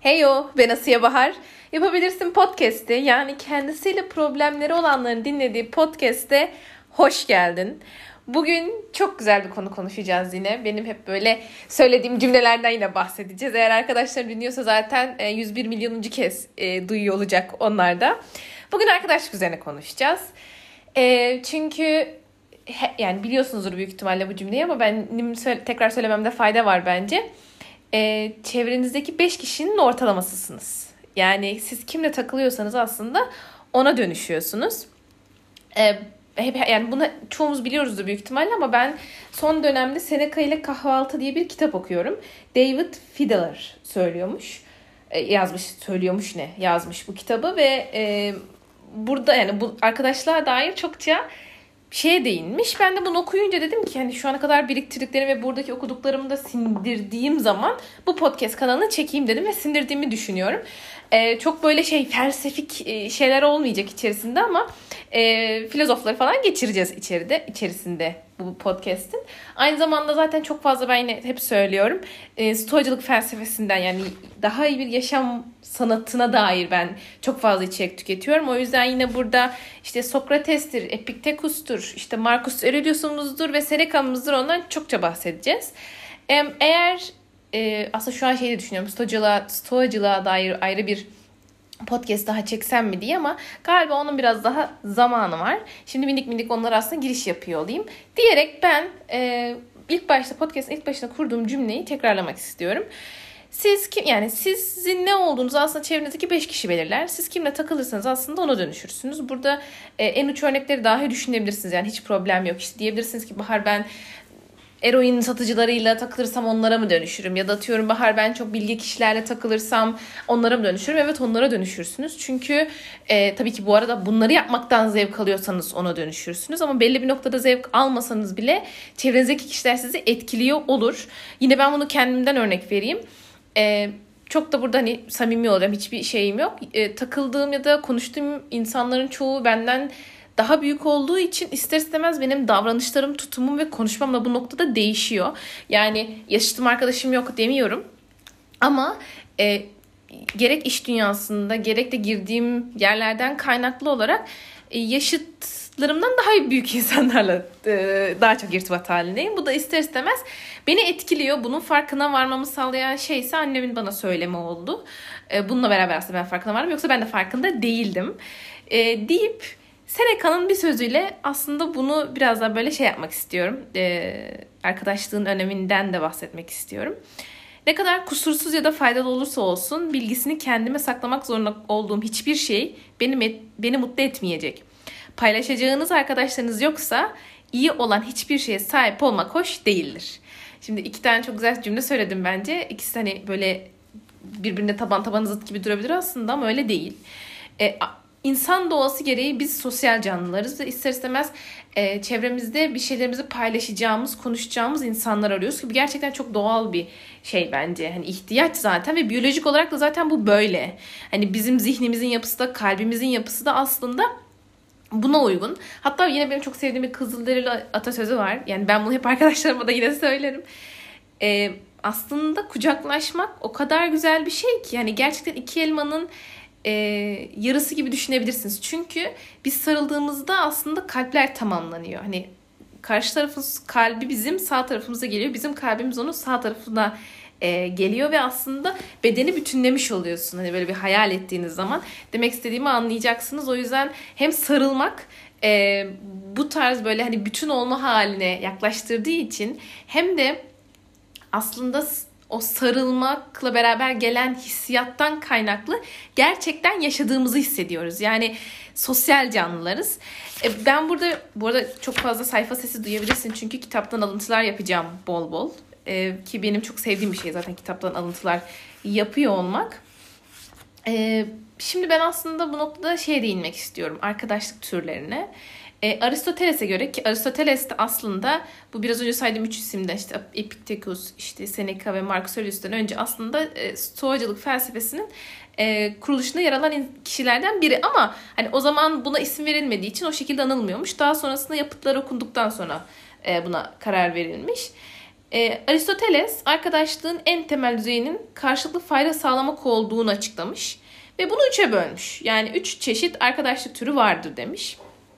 Heyo, ben Asiye Bahar. Yapabilirsin podcast'i, yani kendisiyle problemleri olanların dinlediği podcast'e hoş geldin. Bugün çok güzel bir konu konuşacağız yine. Benim hep böyle söylediğim cümlelerden yine bahsedeceğiz. Eğer arkadaşlar dinliyorsa zaten 101 milyonuncu kez duyuyor olacak onlar da. Bugün arkadaşlık üzerine konuşacağız. Çünkü yani biliyorsunuzdur büyük ihtimalle bu cümleyi ama benim tekrar söylememde fayda var bence. Çevrenizdeki 5 kişinin ortalamasısınız. Yani siz kimle takılıyorsanız aslında ona dönüşüyorsunuz. Yani bunu çoğumuz biliyoruzdur büyük ihtimalle ama ben son dönemde Seneca ile Kahvaltı diye bir kitap okuyorum. David Fiedler yazmış bu kitabı ve burada yani bu arkadaşlığa dair çokça şeye değinmiş. Ben de bunu okuyunca dedim ki hani şu ana kadar biriktirdiklerimi ve buradaki okuduklarımı da sindirdiğim zaman bu podcast kanalını çekeyim dedim ve sindirdiğimi düşünüyorum. Çok böyle felsefik şeyler olmayacak içerisinde ama filozofları falan geçireceğiz içerisinde bu podcast'in. Aynı zamanda zaten çok fazla ben yine hep söylüyorum. Stoacılık felsefesinden yani daha iyi bir yaşam sanatına dair ben çok fazla içerik tüketiyorum. O yüzden yine burada işte Sokrates'tir, Epiktetus'tur, işte Marcus Aurelius'umuzdur ve Seneca'mızdır, ondan çokça bahsedeceğiz. Eğer aslında şu an de düşünüyorum, Stoacılığa dair ayrı bir podcast daha çeksem mi diye ama galiba onun biraz daha zamanı var. Şimdi minik onlara aslında giriş yapıyor olayım. Diyerek ben podcast'ın ilk başına kurduğum cümleyi tekrarlamak istiyorum. Siz kim, yani sizin ne olduğunuzu aslında çevrenizdeki 5 kişi belirler. Siz kimle takılırsanız aslında ona dönüşürsünüz. Burada en uç örnekleri dahi düşünebilirsiniz. Yani hiç problem yok. İşte diyebilirsiniz ki Bahar, ben eroin satıcılarıyla takılırsam onlara mı dönüşürüm? Ya da atıyorum Bahar, ben çok bilge kişilerle takılırsam onlara mı dönüşürüm? Evet, onlara dönüşürsünüz. Çünkü tabii ki bu arada bunları yapmaktan zevk alıyorsanız ona dönüşürsünüz. Ama belli bir noktada zevk almasanız bile çevrenizdeki kişiler sizi etkiliyor olur. Yine ben bunu kendimden örnek vereyim. Çok da burada hani samimi olacağım, hiçbir şeyim yok. Takıldığım ya da konuştuğum insanların çoğu benden daha büyük olduğu için ister istemez benim davranışlarım, tutumum ve konuşmam da bu noktada değişiyor. Yani yaşıtım arkadaşım yok demiyorum. Ama gerek iş dünyasında gerek de girdiğim yerlerden kaynaklı olarak yaşıtlarımdan daha büyük insanlarla daha çok irtibat halindeyim. Bu da ister istemez beni etkiliyor. Bunun farkına varmamı sağlayan şey ise annemin bana söylemi oldu. Bununla beraber aslında ben farkına vardım. Yoksa ben de farkında değildim. Deyip Seneca'nın bir sözüyle aslında bunu biraz daha böyle yapmak istiyorum. Arkadaşlığın öneminden de bahsetmek istiyorum. Ne kadar kusursuz ya da faydalı olursa olsun bilgisini kendime saklamak zorunda olduğum hiçbir şey beni mutlu etmeyecek. Paylaşacağınız arkadaşlarınız yoksa iyi olan hiçbir şeye sahip olmak hoş değildir. Şimdi 2 tane çok güzel cümle söyledim bence. İkisi hani böyle birbirine taban zıt gibi durabilir aslında ama öyle değil. İnsan doğası gereği biz sosyal canlılarız ve ister istemez çevremizde bir şeylerimizi paylaşacağımız, konuşacağımız insanlar arıyoruz ki bu gerçekten çok doğal bir şey bence. Hani ihtiyaç zaten ve biyolojik olarak da zaten bu böyle. Hani bizim zihnimizin yapısı da, kalbimizin yapısı da aslında buna uygun. Hatta yine benim çok sevdiğim bir Kızılderili atasözü var. Yani ben bunu hep arkadaşlarıma da yine söylerim. Aslında kucaklaşmak o kadar güzel bir şey ki yani gerçekten 2 elmanın yarısı gibi düşünebilirsiniz. Çünkü biz sarıldığımızda aslında kalpler tamamlanıyor. Hani karşı tarafın kalbi bizim sağ tarafımıza geliyor. Bizim kalbimiz onun sağ tarafına geliyor ve aslında bedeni bütünlemiş oluyorsun. Hani böyle bir hayal ettiğiniz zaman demek istediğimi anlayacaksınız. O yüzden hem sarılmak bu tarz böyle hani bütün olma haline yaklaştırdığı için hem de aslında o sarılmakla beraber gelen hissiyattan kaynaklı gerçekten yaşadığımızı hissediyoruz. Yani sosyal canlılarız. Ben burada bu arada çok fazla sayfa sesi duyabilirsin çünkü kitaptan alıntılar yapacağım bol bol. Ki benim çok sevdiğim bir şey zaten kitaptan alıntılar yapıyor olmak. Şimdi ben aslında bu noktada değinmek istiyorum, arkadaşlık türlerine. Aristoteles'e göre, ki Aristoteles de aslında bu biraz önce saydığım 3 isimden işte Epiktetus, işte Seneca ve Marcus Aurelius'tan önce aslında Stoacılık felsefesinin kuruluşunda yer alan kişilerden biri. Ama hani o zaman buna isim verilmediği için o şekilde anılmıyormuş. Daha sonrasında yapıtlar okunduktan sonra buna karar verilmiş. Aristoteles arkadaşlığın en temel düzeyinin karşılıklı fayda sağlamak olduğunu açıklamış. Ve bunu 3'e bölmüş. Yani 3 çeşit arkadaşlık türü vardır demiş.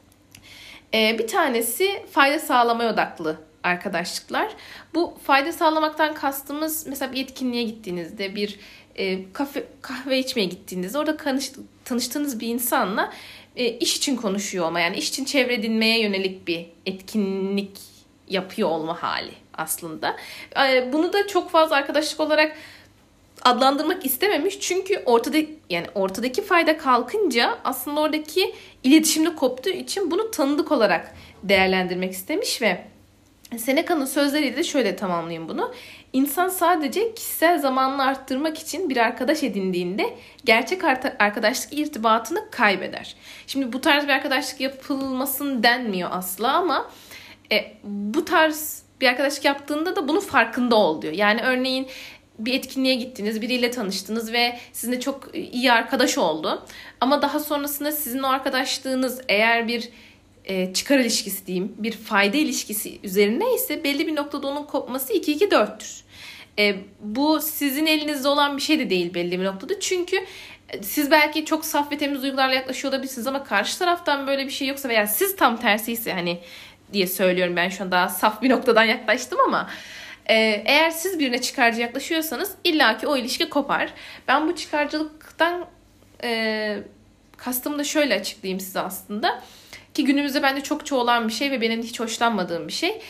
Bir tanesi fayda sağlamaya odaklı arkadaşlıklar. Bu fayda sağlamaktan kastımız mesela bir etkinliğe gittiğinizde, bir kahve içmeye gittiğinizde orada tanıştığınız bir insanla iş için konuşuyor olma, yani iş için çevre edinmeye yönelik bir etkinlik yapıyor olma hali aslında. Bunu da çok fazla arkadaşlık olarak adlandırmak istememiş. Çünkü ortadaki fayda kalkınca aslında oradaki iletişimde koptuğu için bunu tanıdık olarak değerlendirmek istemiş ve Seneca'nın sözleriyle de şöyle tamamlayayım bunu. İnsan sadece kişisel zamanını arttırmak için bir arkadaş edindiğinde gerçek arkadaşlık irtibatını kaybeder. Şimdi bu tarz bir arkadaşlık yapılmasın denmiyor asla ama bu tarz bir arkadaşlık yaptığında da bunun farkında ol diyor. Yani örneğin bir etkinliğe gittiniz, biriyle tanıştınız ve sizinle çok iyi arkadaş oldu. Ama daha sonrasında sizin o arkadaşlığınız eğer bir çıkar ilişkisi diyeyim, bir fayda ilişkisi üzerine ise belli bir noktada onun kopması 2-2-4'tür. Bu sizin elinizde olan bir şey de değil belli bir noktada. Çünkü siz belki çok saf ve temiz duygularla yaklaşıyor olabilirsiniz ama karşı taraftan böyle bir şey yoksa veya siz tam tersiyse hani diye söylüyorum, ben şu an daha saf bir noktadan yaklaştım ama eğer siz birine çıkarcı yaklaşıyorsanız illaki o ilişki kopar. Ben bu çıkarcılıktan kastımı da şöyle açıklayayım size aslında. Ki günümüzde bence çokça olan bir şey ve benim hiç hoşlanmadığım bir şey.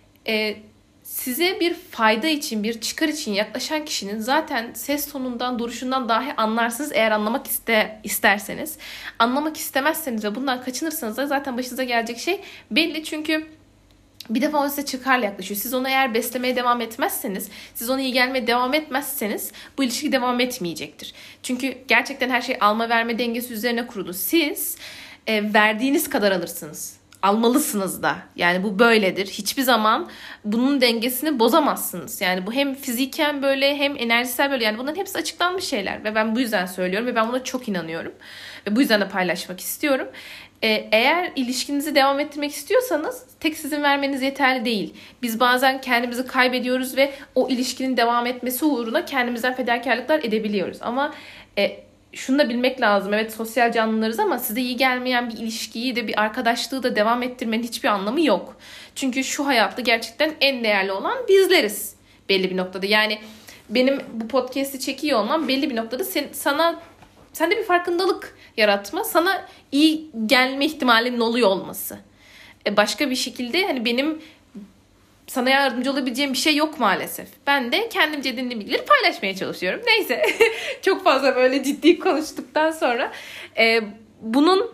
Size bir fayda için, bir çıkar için yaklaşan kişinin zaten ses tonundan, duruşundan dahi anlarsınız eğer anlamak isterseniz. Anlamak istemezseniz ve bundan kaçınırsanız da zaten başınıza gelecek şey belli. Çünkü bir defa o size çıkarla yaklaşıyor. Siz onu eğer beslemeye devam etmezseniz, siz ona iyi gelmeye devam etmezseniz bu ilişki devam etmeyecektir. Çünkü gerçekten her şey alma verme dengesi üzerine kurulu. Siz verdiğiniz kadar alırsınız. Almalısınız da. Yani bu böyledir. Hiçbir zaman bunun dengesini bozamazsınız. Yani bu hem fiziken böyle hem enerjisel böyle. Yani bunların hepsi açıklanmış şeyler. Ve ben bu yüzden söylüyorum ve ben buna çok inanıyorum. Ve bu yüzden de paylaşmak istiyorum. Eğer ilişkinizi devam ettirmek istiyorsanız tek sizin vermeniz yeterli değil. Biz bazen kendimizi kaybediyoruz ve o ilişkinin devam etmesi uğruna kendimizden fedakarlıklar edebiliyoruz. Ama şunu da bilmek lazım. Evet, sosyal canlılarız ama size iyi gelmeyen bir ilişkiyi de bir arkadaşlığı da devam ettirmenin hiçbir anlamı yok. Çünkü şu hayatta gerçekten en değerli olan bizleriz belli bir noktada. Yani benim bu podcast'i çekiyor olmam belli bir noktada sende bir farkındalık yaratma, sana iyi gelme ihtimalinin oluyor olması. Başka bir şekilde hani benim sana yardımcı olabileceğim bir şey yok maalesef. Ben de kendimce edindiğim bilgileri paylaşmaya çalışıyorum. Neyse, çok fazla böyle ciddi konuştuktan sonra bunun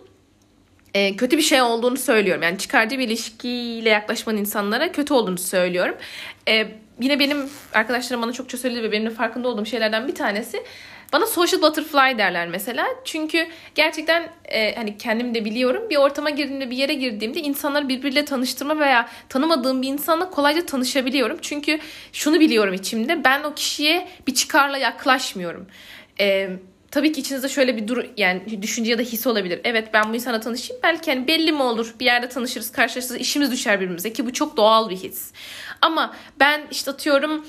kötü bir şey olduğunu söylüyorum. Yani çıkarcı bir ilişkiyle yaklaşmanın insanlara kötü olduğunu söylüyorum. Yine benim arkadaşlarım bana çokça söyledi ve benim de farkında olduğum şeylerden bir tanesi, bana social butterfly derler mesela. Çünkü gerçekten hani kendim de biliyorum, bir ortama girdiğimde, bir yere girdiğimde insanları birbiriyle tanıştırma veya tanımadığım bir insanla kolayca tanışabiliyorum. Çünkü şunu biliyorum içimde, ben o kişiye bir çıkarla yaklaşmıyorum. Tabii ki içinizde şöyle bir yani düşünce ya da his olabilir. Evet, ben bu insana tanışayım. Belki hani belli mi olur, bir yerde tanışırız, karşılaşırız, işimiz düşer birbirimize ki bu çok doğal bir his. Ama ben işte atıyorum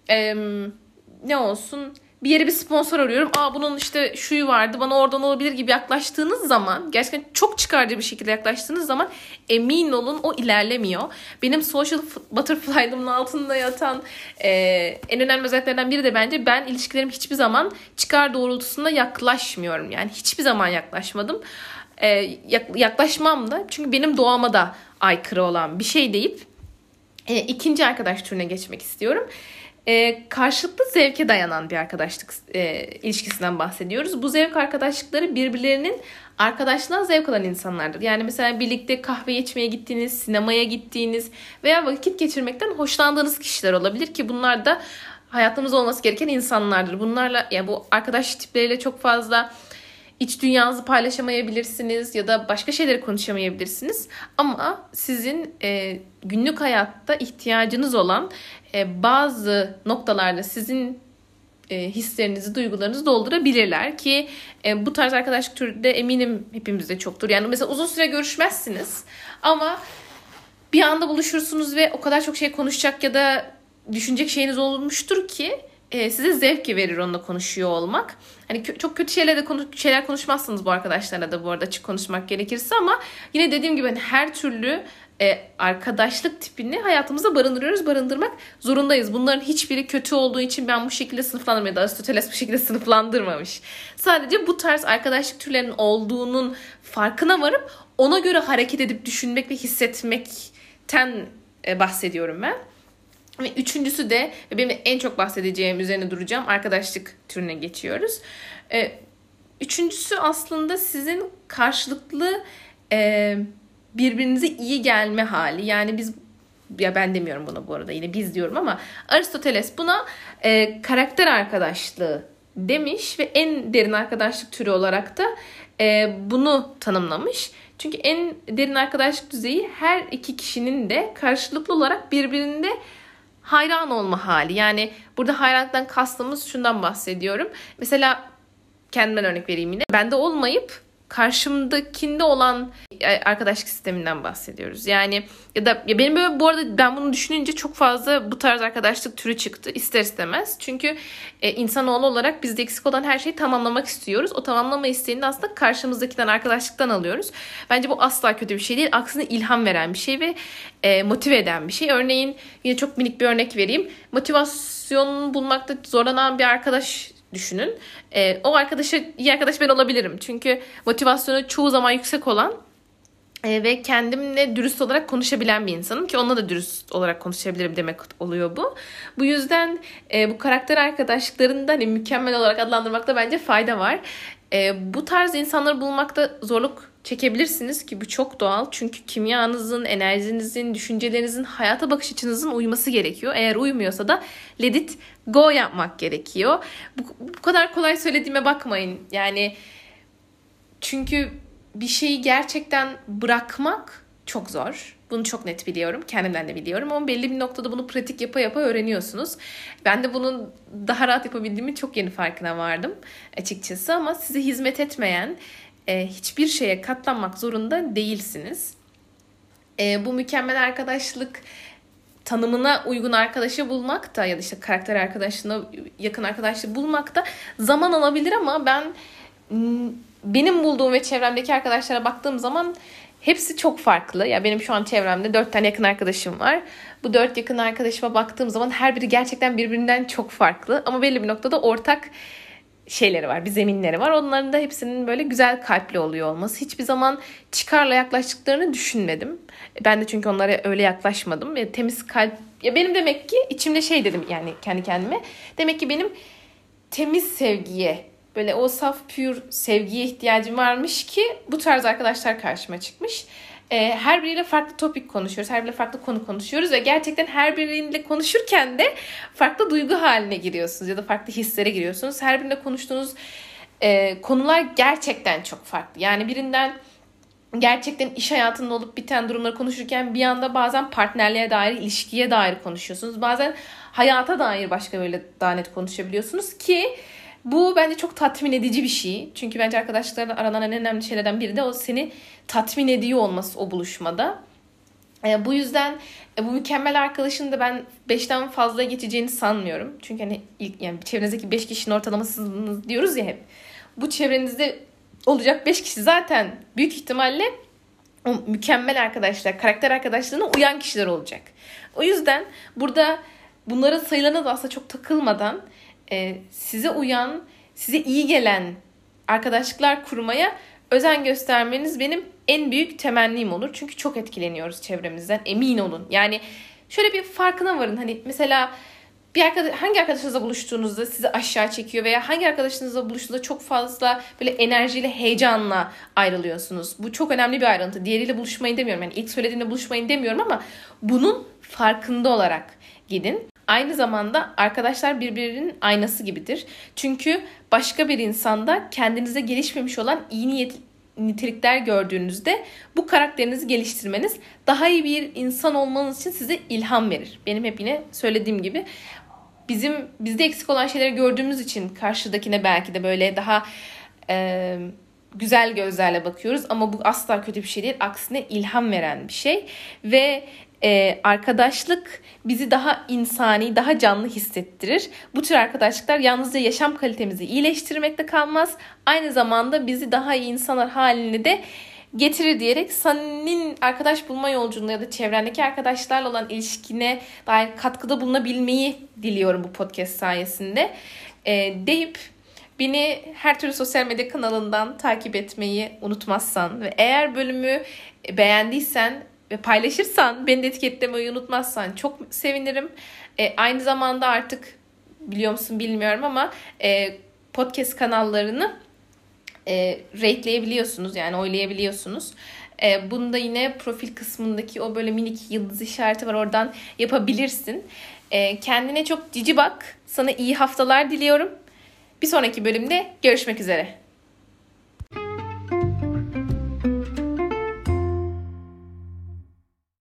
ne olsun, bir yere bir sponsor arıyorum. Bunun işte şuyu vardı, bana oradan olabilir gibi yaklaştığınız zaman, gerçekten çok çıkarcı bir şekilde yaklaştığınız zaman emin olun o ilerlemiyor. Benim social butterfly'ımın altında yatan en önemli özelliklerden biri de bence ben ilişkilerim hiçbir zaman çıkar doğrultusunda yaklaşmıyorum. Yani hiçbir zaman yaklaşmadım. Yaklaşmam da çünkü benim doğama da aykırı olan bir şey deyip ikinci arkadaş türüne geçmek istiyorum. Karşılıklı zevke dayanan bir arkadaşlık ilişkisinden bahsediyoruz. Bu zevk arkadaşlıkları birbirlerinin arkadaşlığından zevk alan insanlardır. Yani mesela birlikte kahve içmeye gittiğiniz, sinemaya gittiğiniz veya vakit geçirmekten hoşlandığınız kişiler olabilir ki bunlar da hayatımızda olması gereken insanlardır. Bunlarla, yani bu arkadaş tipleriyle çok fazla İç dünyanızı paylaşamayabilirsiniz ya da başka şeyleri konuşamayabilirsiniz. Ama sizin günlük hayatta ihtiyacınız olan bazı noktalarda sizin hislerinizi, duygularınızı doldurabilirler ki bu tarz arkadaşlık türü de eminim hepimizde çoktur. Yani mesela uzun süre görüşmezsiniz ama bir anda buluşursunuz ve o kadar çok şey konuşacak ya da düşünecek şeyiniz olmuştur ki size zevk verir onunla konuşuyor olmak. Hani çok kötü şeyler konuşmazsınız bu arkadaşlarla da, bu arada açık konuşmak gerekirse, ama yine dediğim gibi hani her türlü arkadaşlık tipini hayatımızda barındırmak zorundayız. Bunların hiçbiri kötü olduğu için ben bu şekilde sınıflandırmıyorum. Aristoteles bu şekilde sınıflandırmamış. Sadece bu tarz arkadaşlık türlerinin olduğunun farkına varıp ona göre hareket edip düşünmek ve hissetmekten bahsediyorum ben. Ve üçüncüsü de, ve benim de en çok bahsedeceğim, üzerine duracağım, arkadaşlık türüne geçiyoruz. Üçüncüsü aslında sizin karşılıklı birbirinize iyi gelme hali. Yani ben demiyorum buna bu arada, yine biz diyorum, ama Aristoteles buna karakter arkadaşlığı demiş ve en derin arkadaşlık türü olarak da bunu tanımlamış. Çünkü en derin arkadaşlık düzeyi her iki kişinin de karşılıklı olarak birbirinde hayran olma hali. Yani burada hayranlıktan kastımız şundan bahsediyorum. Mesela kendimden örnek vereyim yine. Bende olmayıp karşımdakinde olan arkadaşlık sisteminden bahsediyoruz. Yani ya benim böyle, bu arada ben bunu düşününce çok fazla bu tarz arkadaşlık türü çıktı ister istemez. Çünkü insanoğlu olarak bizde eksik olan her şeyi tamamlamak istiyoruz. O tamamlama isteğini de aslında karşımızdakinden, arkadaşlıktan alıyoruz. Bence bu asla kötü bir şey değil. Aksine ilham veren bir şey ve motive eden bir şey. Örneğin yine çok minik bir örnek vereyim. Motivasyon bulmakta zorlanan bir arkadaş düşünün. O iyi arkadaş ben olabilirim. Çünkü motivasyonu çoğu zaman yüksek olan ve kendimle dürüst olarak konuşabilen bir insanım ki onunla da dürüst olarak konuşabilirim demek oluyor bu. Bu yüzden bu karakter arkadaşlıklarını da hani mükemmel olarak adlandırmakta bence fayda var. Bu tarz insanları bulmakta zorluk çekebilirsiniz ki bu çok doğal. Çünkü kimyanızın, enerjinizin, düşüncelerinizin, hayata bakış açınızın uyması gerekiyor. Eğer uymuyorsa da let it go yapmak gerekiyor. Bu kadar kolay söylediğime bakmayın. Yani çünkü bir şeyi gerçekten bırakmak çok zor. Bunu çok net biliyorum. Kendimden de biliyorum. Ama belli bir noktada bunu pratik yapa öğreniyorsunuz. Ben de bunun daha rahat yapabildiğimi çok yeni farkına vardım açıkçası. Ama size hizmet etmeyen hiçbir şeye katlanmak zorunda değilsiniz. Bu mükemmel arkadaşlık tanımına uygun arkadaşı bulmak da ya da işte karakter arkadaşlığına yakın arkadaşı bulmak da zaman alabilir, ama benim bulduğum ve çevremdeki arkadaşlara baktığım zaman hepsi çok farklı. Ya benim şu an çevremde 4 tane yakın arkadaşım var. Bu 4 yakın arkadaşıma baktığım zaman her biri gerçekten birbirinden çok farklı. Ama belli bir noktada ortak şeyleri var, bir zeminleri var. Onların da hepsinin böyle güzel kalpli oluyor olması. Hiçbir zaman çıkarla yaklaştıklarını düşünmedim. Ben de çünkü onlara öyle yaklaşmadım. Temiz kalp, ya benim demek ki içimde şey dedim yani kendi kendime. Demek ki benim temiz sevgiye, böyle o saf, pür sevgiye ihtiyacım varmış ki bu tarz arkadaşlar karşıma çıkmış. Her biriyle farklı topik konuşuyoruz. Her biriyle farklı konu konuşuyoruz ve gerçekten her biriyle konuşurken de farklı duygu haline giriyorsunuz ya da farklı hislere giriyorsunuz. Her birinde konuştuğunuz konular gerçekten çok farklı. Yani birinden gerçekten iş hayatında olup biten durumları konuşurken bir anda bazen partnerliğe dair, ilişkiye dair konuşuyorsunuz. Bazen hayata dair başka böyle daha net konuşabiliyorsunuz ki bu bence çok tatmin edici bir şey. Çünkü bence arkadaşlarla aranan en önemli şeylerden biri de o seni tatmin ediyor olması o buluşmada. Bu yüzden bu mükemmel arkadaşın da ben 5'ten fazla geçeceğini sanmıyorum. Çünkü hani yani çevrenizdeki 5 kişinin ortalamasını diyoruz ya hep. Bu çevrenizde olacak 5 kişi zaten büyük ihtimalle o mükemmel arkadaşlar, karakter arkadaşlarına uyan kişiler olacak. O yüzden burada bunların sayılarına da aslında çok takılmadan size uyan, size iyi gelen arkadaşlıklar kurmaya özen göstermeniz benim en büyük temennim olur. Çünkü çok etkileniyoruz çevremizden, emin olun. Yani şöyle bir farkına varın. Hani mesela hangi arkadaşınızla buluştuğunuzda sizi aşağı çekiyor veya hangi arkadaşınızla buluştuğunuzda çok fazla böyle enerjiyle, heyecanla ayrılıyorsunuz. Bu çok önemli bir ayrıntı. Diğeriyle buluşmayın demiyorum. Yani ilk söylediğimde buluşmayın demiyorum ama bunun farkında olarak gidin. Aynı zamanda arkadaşlar birbirinin aynası gibidir. Çünkü başka bir insanda kendinize gelişmemiş olan iyi nitelikler gördüğünüzde bu karakterinizi geliştirmeniz daha iyi bir insan olmanız için size ilham verir. Benim hep yine söylediğim gibi bizde eksik olan şeyleri gördüğümüz için karşıdakine belki de böyle daha güzel gözlerle bakıyoruz ama bu asla kötü bir şey değil. Aksine ilham veren bir şey ve Arkadaşlık bizi daha insani, daha canlı hissettirir. Bu tür arkadaşlıklar yalnızca yaşam kalitemizi iyileştirmekte kalmaz. Aynı zamanda bizi daha iyi insanlar haline de getirir diyerek senin arkadaş bulma yolculuğunda ya da çevrendeki arkadaşlarla olan ilişkine dair katkıda bulunabilmeyi diliyorum bu podcast sayesinde. Deyip beni her türlü sosyal medya kanalından takip etmeyi unutmazsan ve eğer bölümü beğendiysen ve paylaşırsan, beni de etiketlemeyi unutmazsan çok sevinirim. Aynı zamanda artık biliyor musun bilmiyorum ama podcast kanallarını rate'leyebiliyorsunuz, yani oylayabiliyorsunuz. Bunu da yine profil kısmındaki o böyle minik yıldız işareti var, oradan yapabilirsin. Kendine çok cici bak. Sana iyi haftalar diliyorum. Bir sonraki bölümde görüşmek üzere.